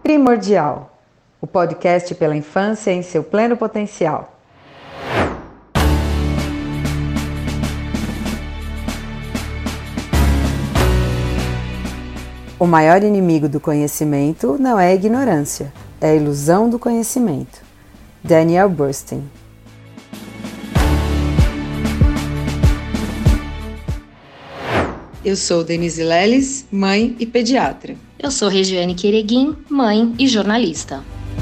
Primordial, o podcast pela infância em seu pleno potencial. O maior inimigo do conhecimento não é a ignorância, é a ilusão do conhecimento. Daniel Bernstein. Eu sou Denise Leles, mãe e pediatra. Eu sou Regiane Quereguim, mãe e jornalista.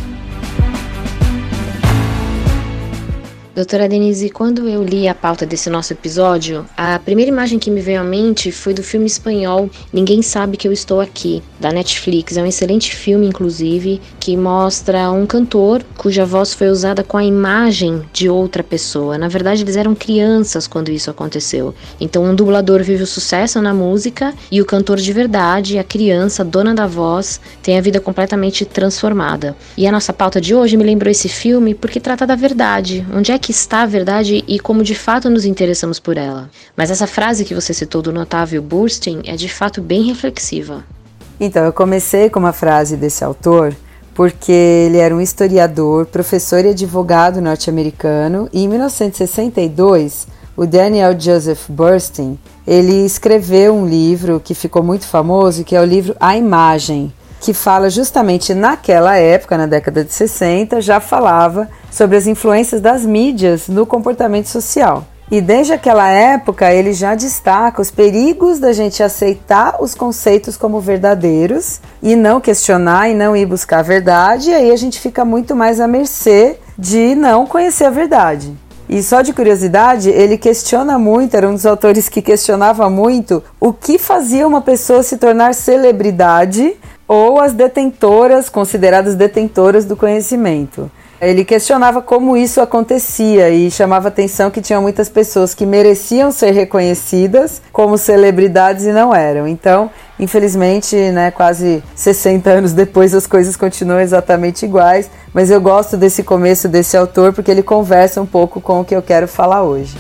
Doutora Denise, quando eu li a pauta desse nosso episódio, a primeira imagem que me veio à mente foi do filme espanhol Ninguém Sabe Que Eu Estou Aqui, da Netflix. É um excelente filme, inclusive, que mostra um cantor cuja voz foi usada com a imagem de outra pessoa. Na verdade, eles eram crianças quando isso aconteceu. Então, um dublador vive o sucesso na música e o cantor de verdade, a criança, dona da voz, tem a vida completamente transformada. E a nossa pauta de hoje me lembrou esse filme porque trata da verdade. Onde é que está a verdade e como de fato nos interessamos por ela. Mas essa frase que você citou do notável Bernstein é de fato bem reflexiva. Então, eu comecei com uma frase desse autor porque ele era um historiador, professor e advogado norte-americano e em 1962, o Daniel Joseph Bernstein, ele escreveu um livro que ficou muito famoso, que é o livro A Imagem, que fala justamente naquela época, na década de 60, já falava sobre as influências das mídias no comportamento social. E desde aquela época ele já destaca os perigos da gente aceitar os conceitos como verdadeiros e não questionar e não ir buscar a verdade, e aí a gente fica muito mais à mercê de não conhecer a verdade. E só de curiosidade, ele questiona muito, era um dos autores que questionava muito o que fazia uma pessoa se tornar celebridade ou as detentoras, consideradas detentoras do conhecimento. Ele questionava como isso acontecia e chamava atenção que tinham muitas pessoas que mereciam ser reconhecidas como celebridades e não eram. Então, infelizmente, quase 60 anos depois as coisas continuam exatamente iguais, mas eu gosto desse começo desse autor porque ele conversa um pouco com o que eu quero falar hoje.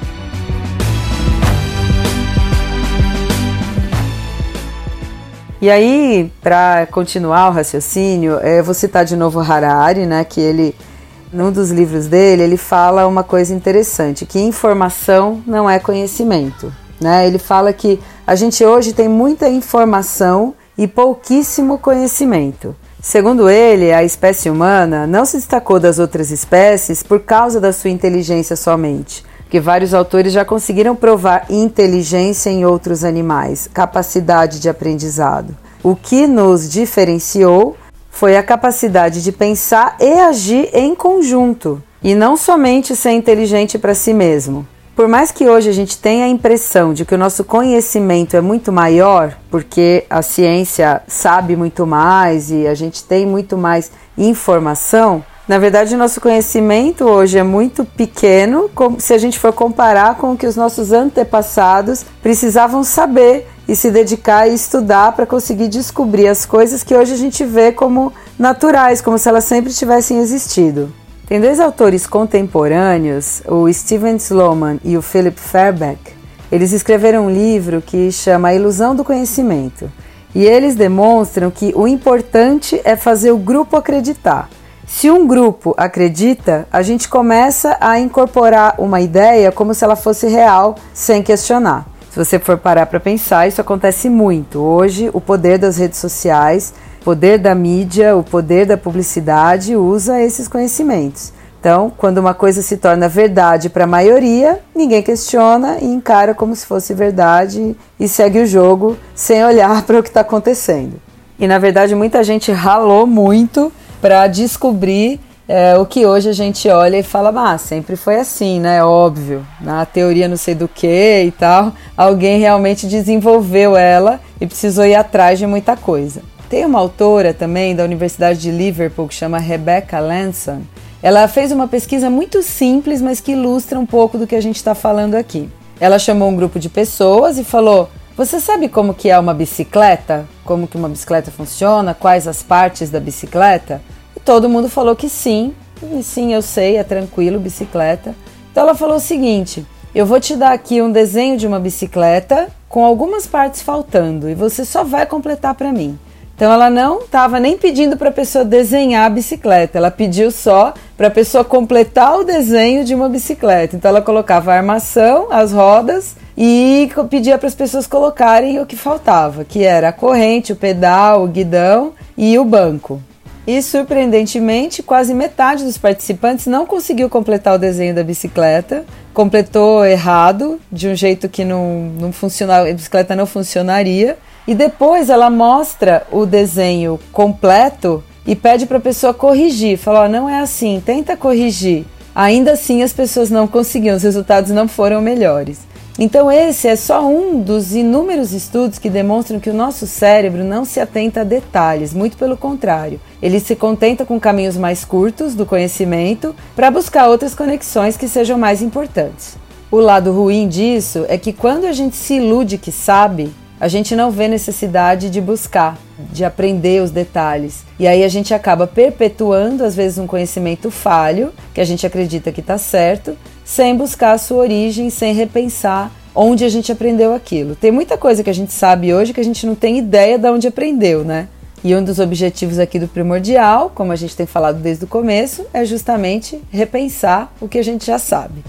E aí, para continuar o raciocínio, eu vou citar de novo Harari, que ele, num dos livros dele, ele fala uma coisa interessante, que informação não é conhecimento. Ele fala que a gente hoje tem muita informação e pouquíssimo conhecimento. Segundo ele, a espécie humana não se destacou das outras espécies por causa da sua inteligência somente, porque vários autores já conseguiram provar inteligência em outros animais, capacidade de aprendizado. O que nos diferenciou foi a capacidade de pensar e agir em conjunto, e não somente ser inteligente para si mesmo. Por mais que hoje a gente tenha a impressão de que o nosso conhecimento é muito maior, porque a ciência sabe muito mais e a gente tem muito mais informação, na verdade, o nosso conhecimento hoje é muito pequeno, se a gente for comparar com o que os nossos antepassados precisavam saber e se dedicar e estudar para conseguir descobrir as coisas que hoje a gente vê como naturais, como se elas sempre tivessem existido. Tem dois autores contemporâneos, o Steven Sloman e o Philip Fairbank. Eles escreveram um livro que chama A Ilusão do Conhecimento. E eles demonstram que o importante é fazer o grupo acreditar. Se um grupo acredita, a gente começa a incorporar uma ideia como se ela fosse real, sem questionar. Se você for parar para pensar, isso acontece muito. Hoje, o poder das redes sociais, o poder da mídia, o poder da publicidade usa esses conhecimentos. Então, quando uma coisa se torna verdade para a maioria, ninguém questiona e encara como se fosse verdade e segue o jogo sem olhar para o que está acontecendo. E, na verdade, muita gente ralou muito para descobrir o que hoje a gente olha e fala, sempre foi assim, óbvio, na teoria não sei do que e tal, alguém realmente desenvolveu ela e precisou ir atrás de muita coisa. Tem uma autora também da Universidade de Liverpool que chama Rebecca Lanson. Ela fez uma pesquisa muito simples, mas que ilustra um pouco do que a gente está falando aqui. Ela chamou um grupo de pessoas e falou, você sabe como que é uma bicicleta? Como que uma bicicleta funciona? Quais as partes da bicicleta? E todo mundo falou que sim. E sim, eu sei, é tranquilo, bicicleta. Então ela falou o seguinte, eu vou te dar aqui um desenho de uma bicicleta com algumas partes faltando e você só vai completar para mim. Então ela não estava nem pedindo para a pessoa desenhar a bicicleta, ela pediu só para a pessoa completar o desenho de uma bicicleta. Então ela colocava a armação, as rodas e pedia para as pessoas colocarem o que faltava, que era a corrente, o pedal, o guidão e o banco. E surpreendentemente, quase metade dos participantes não conseguiu completar o desenho da bicicleta, completou errado, de um jeito que não funcionava, a bicicleta não funcionaria. E depois ela mostra o desenho completo e pede para a pessoa corrigir. Fala, não é assim, tenta corrigir. Ainda assim as pessoas não conseguiam, os resultados não foram melhores. Então esse é só um dos inúmeros estudos que demonstram que o nosso cérebro não se atenta a detalhes, muito pelo contrário. Ele se contenta com caminhos mais curtos do conhecimento para buscar outras conexões que sejam mais importantes. O lado ruim disso é que quando a gente se ilude que sabe, a gente não vê necessidade de buscar, de aprender os detalhes. E aí a gente acaba perpetuando, às vezes, um conhecimento falho, que a gente acredita que está certo, sem buscar a sua origem, sem repensar onde a gente aprendeu aquilo. Tem muita coisa que a gente sabe hoje que a gente não tem ideia de onde aprendeu, né? E um dos objetivos aqui do Primordial, como a gente tem falado desde o começo, é justamente repensar o que a gente já sabe.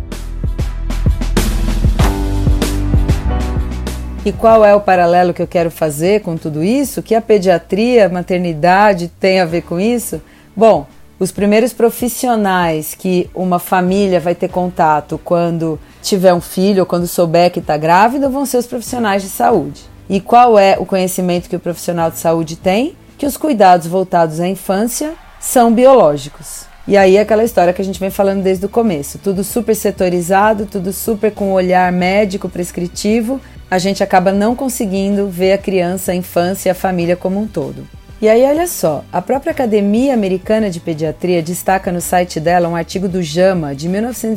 E qual é o paralelo que eu quero fazer com tudo isso? Que a pediatria, a maternidade tem a ver com isso? Bom, os primeiros profissionais que uma família vai ter contato quando tiver um filho ou quando souber que está grávida vão ser os profissionais de saúde. E qual é o conhecimento que o profissional de saúde tem? Que os cuidados voltados à infância são biológicos. E aí aquela história que a gente vem falando desde o começo, tudo super setorizado, tudo super com olhar médico prescritivo, a gente acaba não conseguindo ver a criança, a infância e a família como um todo. E aí olha só, a própria Academia Americana de Pediatria destaca no site dela um artigo do JAMA de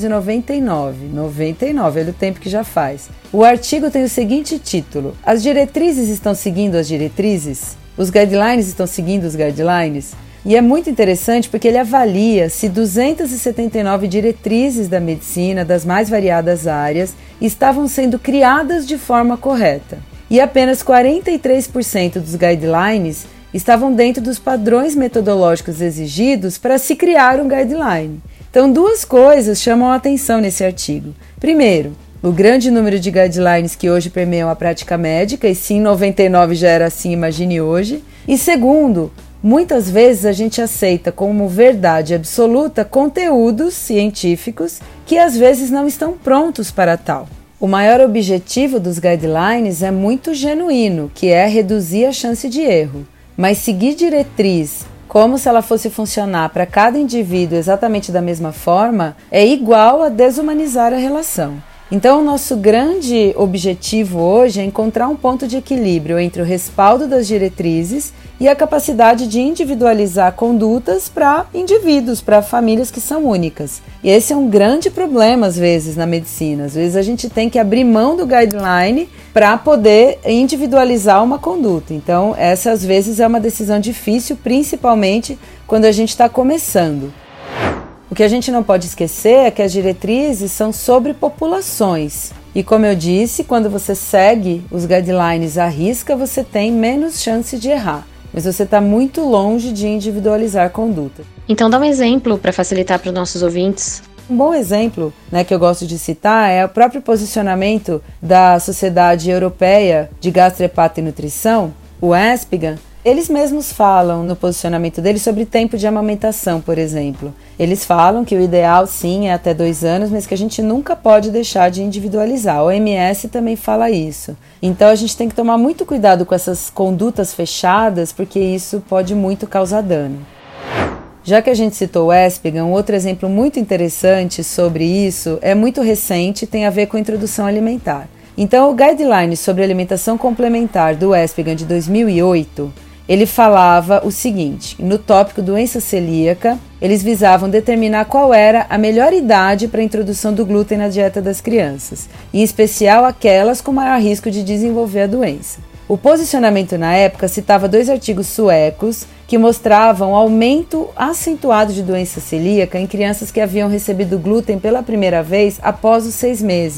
1999, olha o tempo que já faz. O artigo tem o seguinte título: As diretrizes estão seguindo as diretrizes? Os guidelines estão seguindo os guidelines? E é muito interessante porque ele avalia se 279 diretrizes da medicina, das mais variadas áreas, estavam sendo criadas de forma correta. E apenas 43% dos guidelines estavam dentro dos padrões metodológicos exigidos para se criar um guideline. Então, duas coisas chamam a atenção nesse artigo. Primeiro, o grande número de guidelines que hoje permeiam a prática médica, e sim, 99 já era assim, imagine hoje. E segundo, muitas vezes a gente aceita como verdade absoluta conteúdos científicos que às vezes não estão prontos para tal. O maior objetivo dos guidelines é muito genuíno, que é reduzir a chance de erro. Mas seguir diretriz como se ela fosse funcionar para cada indivíduo exatamente da mesma forma é igual a desumanizar a relação. Então, o nosso grande objetivo hoje é encontrar um ponto de equilíbrio entre o respaldo das diretrizes e a capacidade de individualizar condutas para indivíduos, para famílias que são únicas. E esse é um grande problema, às vezes, na medicina. Às vezes a gente tem que abrir mão do guideline para poder individualizar uma conduta. Então, essa, às vezes, é uma decisão difícil, principalmente quando a gente está começando. O que a gente não pode esquecer é que as diretrizes são sobre populações. E como eu disse, quando você segue os guidelines à risca, você tem menos chance de errar. Mas você está muito longe de individualizar conduta. Então dá um exemplo para facilitar para os nossos ouvintes. Um bom exemplo, que eu gosto de citar é o próprio posicionamento da Sociedade Europeia de Gastrohepatia e Nutrição, o ESPGHAN. Eles mesmos falam no posicionamento deles sobre tempo de amamentação, por exemplo. Eles falam que o ideal, sim, é até 2 anos, mas que a gente nunca pode deixar de individualizar. A OMS também fala isso. Então, a gente tem que tomar muito cuidado com essas condutas fechadas, porque isso pode muito causar dano. Já que a gente citou o ESPGHAN, um outro exemplo muito interessante sobre isso é muito recente e tem a ver com a introdução alimentar. Então, o Guideline sobre Alimentação Complementar do ESPGHAN de 2008, ele falava o seguinte: no tópico doença celíaca, eles visavam determinar qual era a melhor idade para a introdução do glúten na dieta das crianças, em especial aquelas com maior risco de desenvolver a doença. O posicionamento na época citava 2 artigos suecos que mostravam aumento acentuado de doença celíaca em crianças que haviam recebido glúten pela primeira vez após os 6 meses.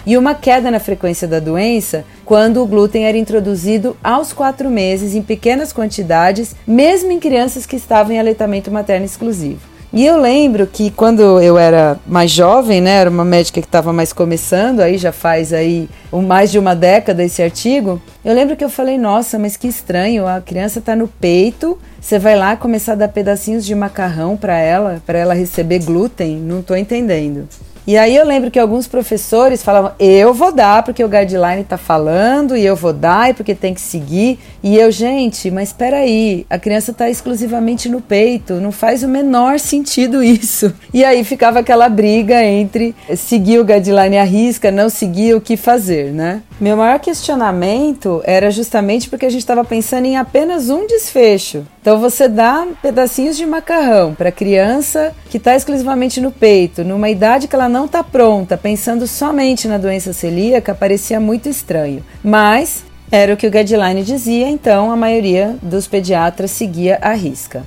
e uma queda na frequência da doença quando o glúten era introduzido aos 4 meses em pequenas quantidades, mesmo em crianças que estavam em aleitamento materno exclusivo. E eu lembro que quando eu era mais jovem, né, era uma médica que estava mais começando, aí já faz aí mais de uma década esse artigo, eu lembro que eu falei, nossa, mas que estranho, a criança está no peito, você vai lá começar a dar pedacinhos de macarrão para ela receber glúten, não estou entendendo. E aí eu lembro que alguns professores falavam, eu vou dar porque o guideline está falando, e eu vou dar e porque tem que seguir. E eu, gente, mas espera aí, a criança está exclusivamente no peito, não faz o menor sentido isso. E aí ficava aquela briga entre seguir o guideline à risca, não seguir, o que fazer, né? Meu maior questionamento era justamente porque a gente estava pensando em apenas um desfecho. Então você dá pedacinhos de macarrão para a criança que está exclusivamente no peito, numa idade que ela não está pronta, pensando somente na doença celíaca, parecia muito estranho. Mas era o que o guideline dizia, então a maioria dos pediatras seguia à risca.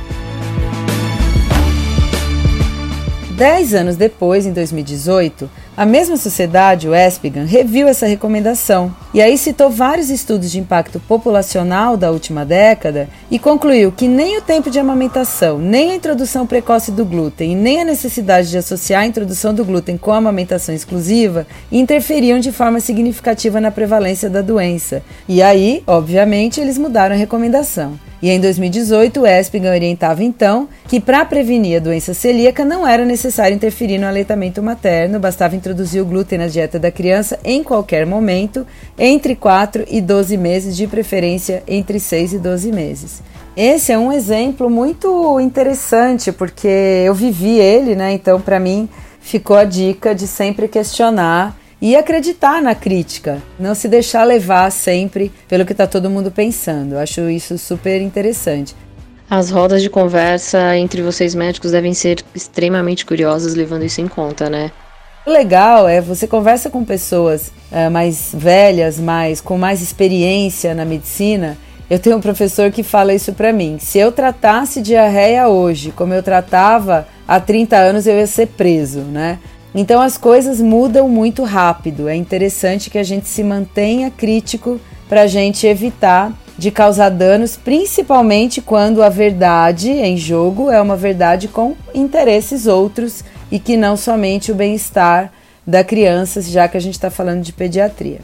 10 anos depois, em 2018, a mesma sociedade, o ESPGHAN, reviu essa recomendação e aí citou vários estudos de impacto populacional da última década e concluiu que nem o tempo de amamentação, nem a introdução precoce do glúten e nem a necessidade de associar a introdução do glúten com a amamentação exclusiva interferiam de forma significativa na prevalência da doença. E aí, obviamente, eles mudaram a recomendação. E em 2018, o ESPGHAN orientava então que para prevenir a doença celíaca não era necessário interferir no aleitamento materno, bastava introduzir o glúten na dieta da criança em qualquer momento, entre 4 e 12 meses, de preferência entre 6 e 12 meses. Esse é um exemplo muito interessante, porque eu vivi ele, né? Então para mim ficou a dica de sempre questionar e acreditar na crítica, não se deixar levar sempre pelo que está todo mundo pensando. Eu acho isso super interessante. As rodas de conversa entre vocês médicos devem ser extremamente curiosas, levando isso em conta, né? O legal é você conversa com pessoas mais velhas, com mais experiência na medicina. Eu tenho um professor que fala isso para mim. Se eu tratasse diarreia hoje como eu tratava há 30 anos, eu ia ser preso, né? Então as coisas mudam muito rápido, é interessante que a gente se mantenha crítico para a gente evitar de causar danos, principalmente quando a verdade em jogo é uma verdade com interesses outros e que não somente o bem-estar da criança, já que a gente está falando de pediatria.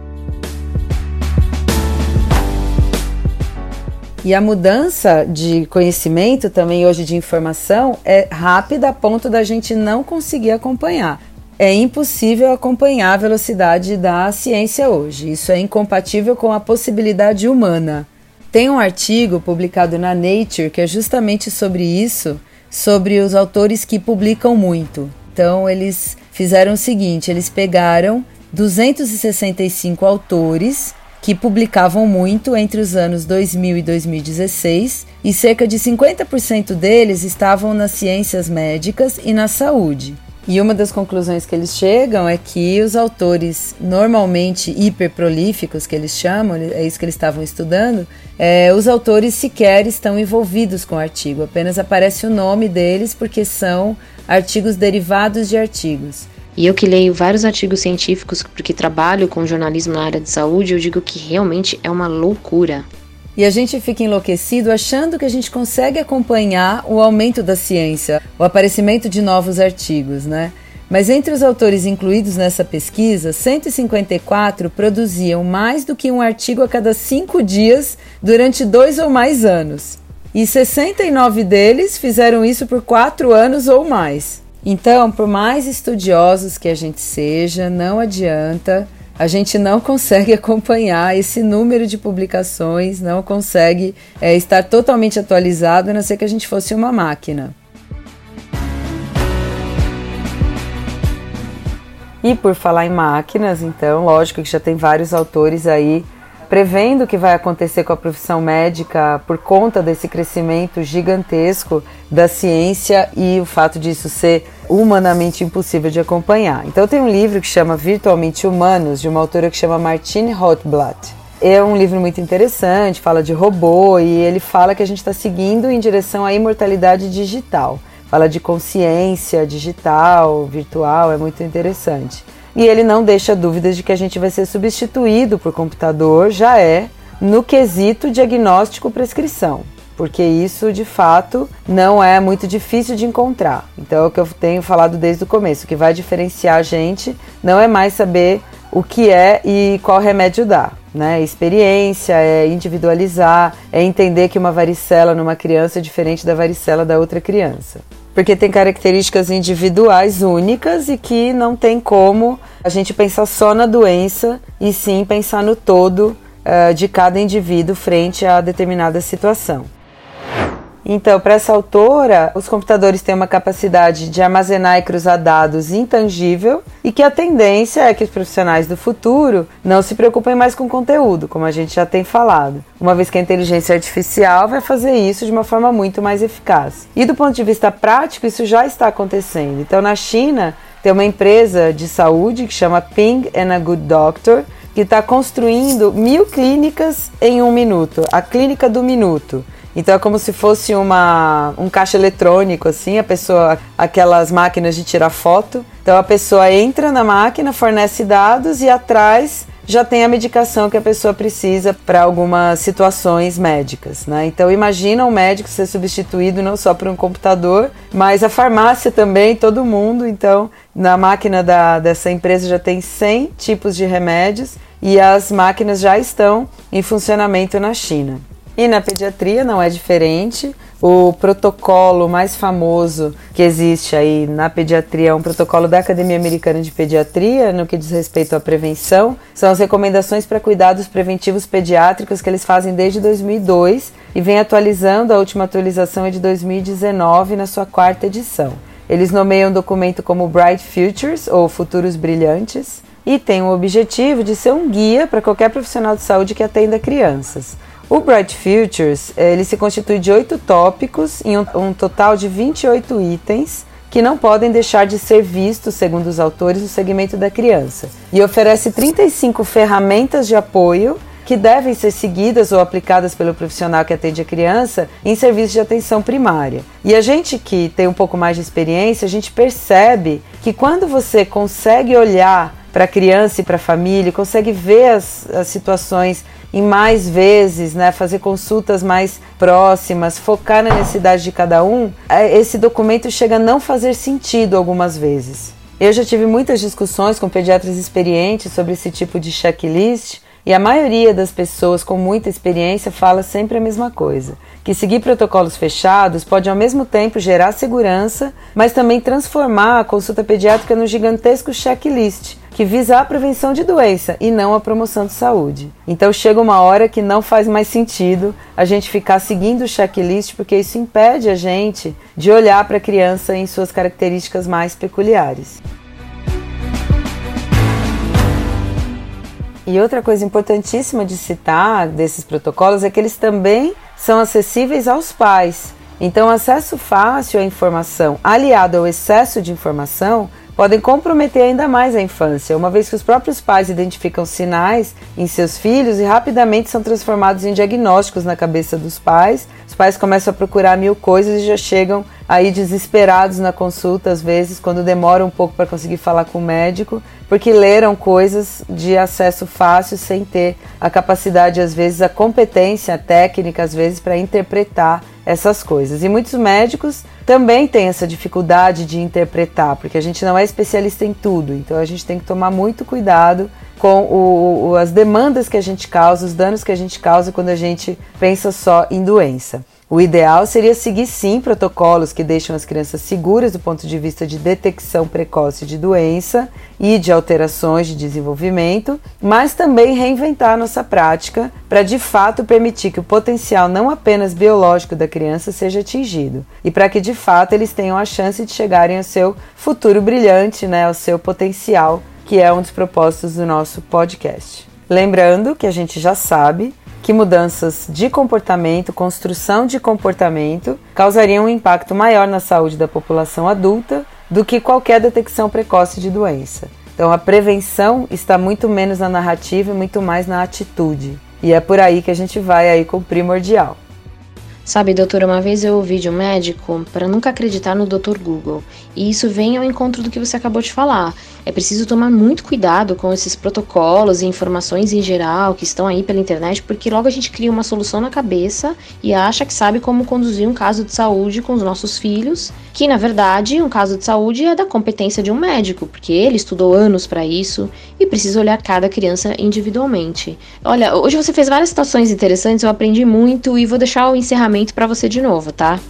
E a mudança de conhecimento também hoje de informação é rápida a ponto da gente não conseguir acompanhar. É impossível acompanhar a velocidade da ciência hoje. Isso é incompatível com a possibilidade humana. Tem um artigo publicado na Nature que é justamente sobre isso, sobre os autores que publicam muito. Então eles fizeram o seguinte, eles pegaram 265 autores que publicavam muito entre os anos 2000 e 2016 e cerca de 50% deles estavam nas ciências médicas e na saúde. E uma das conclusões que eles chegam é que os autores normalmente hiperprolíficos, que eles chamam, é isso que eles estavam estudando, os autores sequer estão envolvidos com o artigo, apenas aparece o nome deles porque são artigos derivados de artigos. E eu que leio vários artigos científicos porque trabalho com jornalismo na área de saúde, eu digo que realmente é uma loucura. E a gente fica enlouquecido achando que a gente consegue acompanhar o aumento da ciência, o aparecimento de novos artigos, né? Mas entre os autores incluídos nessa pesquisa, 154 produziam mais do que um artigo a cada 5 dias durante 2 ou mais anos. E 69 deles fizeram isso por 4 anos ou mais. Então, por mais estudiosos que a gente seja, não adianta, a gente não consegue acompanhar esse número de publicações, não consegue estar totalmente atualizado, a não ser que a gente fosse uma máquina. E por falar em máquinas, então, lógico que já tem vários autores aí prevendo o que vai acontecer com a profissão médica por conta desse crescimento gigantesco da ciência e o fato disso ser humanamente impossível de acompanhar. Então tem um livro que chama Virtualmente Humanos, de uma autora que chama Martine Rothblatt. É um livro muito interessante, fala de robô e ele fala que a gente está seguindo em direção à imortalidade digital. Fala de consciência digital, virtual, é muito interessante. e ele não deixa dúvidas de que a gente vai ser substituído por computador, já no quesito diagnóstico-prescrição, porque isso, de fato, não é muito difícil de encontrar. Então, é o que eu tenho falado desde o começo, o que vai diferenciar a gente não é mais saber o que é e qual remédio dá, né? Experiência, é individualizar, é entender que uma varicela numa criança é diferente da varicela da outra criança. Porque tem características individuais únicas e que não tem como a gente pensar só na doença e sim pensar no todo de cada indivíduo frente a determinada situação. Então, para essa autora, os computadores têm uma capacidade de armazenar e cruzar dados intangível e que a tendência é que os profissionais do futuro não se preocupem mais com conteúdo, como a gente já tem falado, uma vez que a inteligência artificial vai fazer isso de uma forma muito mais eficaz. E do ponto de vista prático, isso já está acontecendo. Então, na China, tem uma empresa de saúde que chama Ping and a Good Doctor, que está construindo 1000 clínicas em 1 minuto, a clínica do minuto. Então é como se fosse um caixa eletrônico, assim, aquelas máquinas de tirar foto. Então a pessoa entra na máquina, fornece dados e atrás já tem a medicação que a pessoa precisa para algumas situações médicas, né? Então imagina um médico ser substituído não só por um computador, mas a farmácia também, todo mundo. Então na máquina dessa empresa já tem 100 tipos de remédios e as máquinas já estão em funcionamento na China. E na pediatria não é diferente. O protocolo mais famoso que existe aí na pediatria é um protocolo da Academia Americana de Pediatria, no que diz respeito à prevenção. São as recomendações para cuidados preventivos pediátricos que eles fazem desde 2002 e vem atualizando. A última atualização é de 2019, na sua 4ª edição. Eles nomeiam o documento como Bright Futures, ou Futuros Brilhantes, e tem o objetivo de ser um guia para qualquer profissional de saúde que atenda crianças. O Bright Futures, ele se constitui de 8 tópicos em um total de 28 itens que não podem deixar de ser vistos, segundo os autores, no segmento da criança. E oferece 35 ferramentas de apoio que devem ser seguidas ou aplicadas pelo profissional que atende a criança em serviços de atenção primária. E a gente que tem um pouco mais de experiência, a gente percebe que quando você consegue olhar para a criança e para a família, consegue ver as situações em mais vezes, né, fazer consultas mais próximas, focar na necessidade de cada um, esse documento chega a não fazer sentido algumas vezes. Eu já tive muitas discussões com pediatras experientes sobre esse tipo de checklist e a maioria das pessoas com muita experiência fala sempre a mesma coisa, que seguir protocolos fechados pode ao mesmo tempo gerar segurança, mas também transformar a consulta pediátrica num gigantesco checklist, que visa a prevenção de doença e não a promoção de saúde. Então chega uma hora que não faz mais sentido a gente ficar seguindo o checklist, porque isso impede a gente de olhar para a criança em suas características mais peculiares. E outra coisa importantíssima de citar desses protocolos é que eles também são acessíveis aos pais. Então, acesso fácil à informação, aliado ao excesso de informação, podem comprometer ainda mais a infância, uma vez que os próprios pais identificam sinais em seus filhos e rapidamente são transformados em diagnósticos na cabeça dos pais. Os pais começam a procurar 1000 coisas e já chegam aí desesperados na consulta, às vezes, quando demora um pouco para conseguir falar com o médico, porque leram coisas de acesso fácil sem ter a capacidade, às vezes, a competência a técnica, às vezes, para interpretar essas coisas. E muitos médicos também têm essa dificuldade de interpretar, porque a gente não é especialista em tudo, então a gente tem que tomar muito cuidado com as demandas que a gente causa, os danos que a gente causa quando a gente pensa só em doença. O ideal seria seguir sim protocolos que deixam as crianças seguras do ponto de vista de detecção precoce de doença e de alterações de desenvolvimento, mas também reinventar a nossa prática para de fato permitir que o potencial não apenas biológico da criança seja atingido e para que de fato eles tenham a chance de chegarem ao seu futuro brilhante, né, ao seu potencial, que é um dos propósitos do nosso podcast. Lembrando que a gente já sabe que mudanças de comportamento, construção de comportamento, causariam um impacto maior na saúde da população adulta do que qualquer detecção precoce de doença. Então a prevenção está muito menos na narrativa e muito mais na atitude. E é por aí que a gente vai aí com o primordial. Sabe, doutora, uma vez eu ouvi de um médico para nunca acreditar no Dr. Google. E isso vem ao encontro do que você acabou de falar. É preciso tomar muito cuidado com esses protocolos e informações em geral que estão aí pela internet, porque logo a gente cria uma solução na cabeça e acha que sabe como conduzir um caso de saúde com os nossos filhos, que na verdade um caso de saúde é da competência de um médico, porque ele estudou anos para isso e precisa olhar cada criança individualmente. Olha, hoje você fez várias situações interessantes, eu aprendi muito e vou deixar o encerramento para você de novo, tá?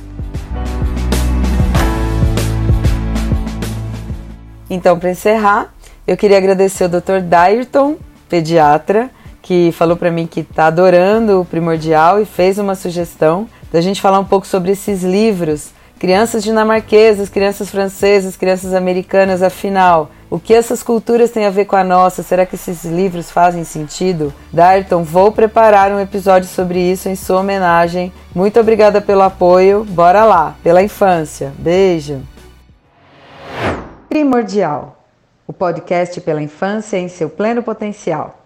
Então, para encerrar, eu queria agradecer o Dr. Dairton, pediatra, que falou para mim que está adorando o Primordial e fez uma sugestão da gente falar um pouco sobre esses livros. Crianças dinamarquesas, crianças francesas, crianças americanas, afinal, o que essas culturas têm a ver com a nossa? Será que esses livros fazem sentido? Dairton, vou preparar um episódio sobre isso em sua homenagem. Muito obrigada pelo apoio. Bora lá, pela infância. Beijo. Primordial, o podcast pela infância em seu pleno potencial.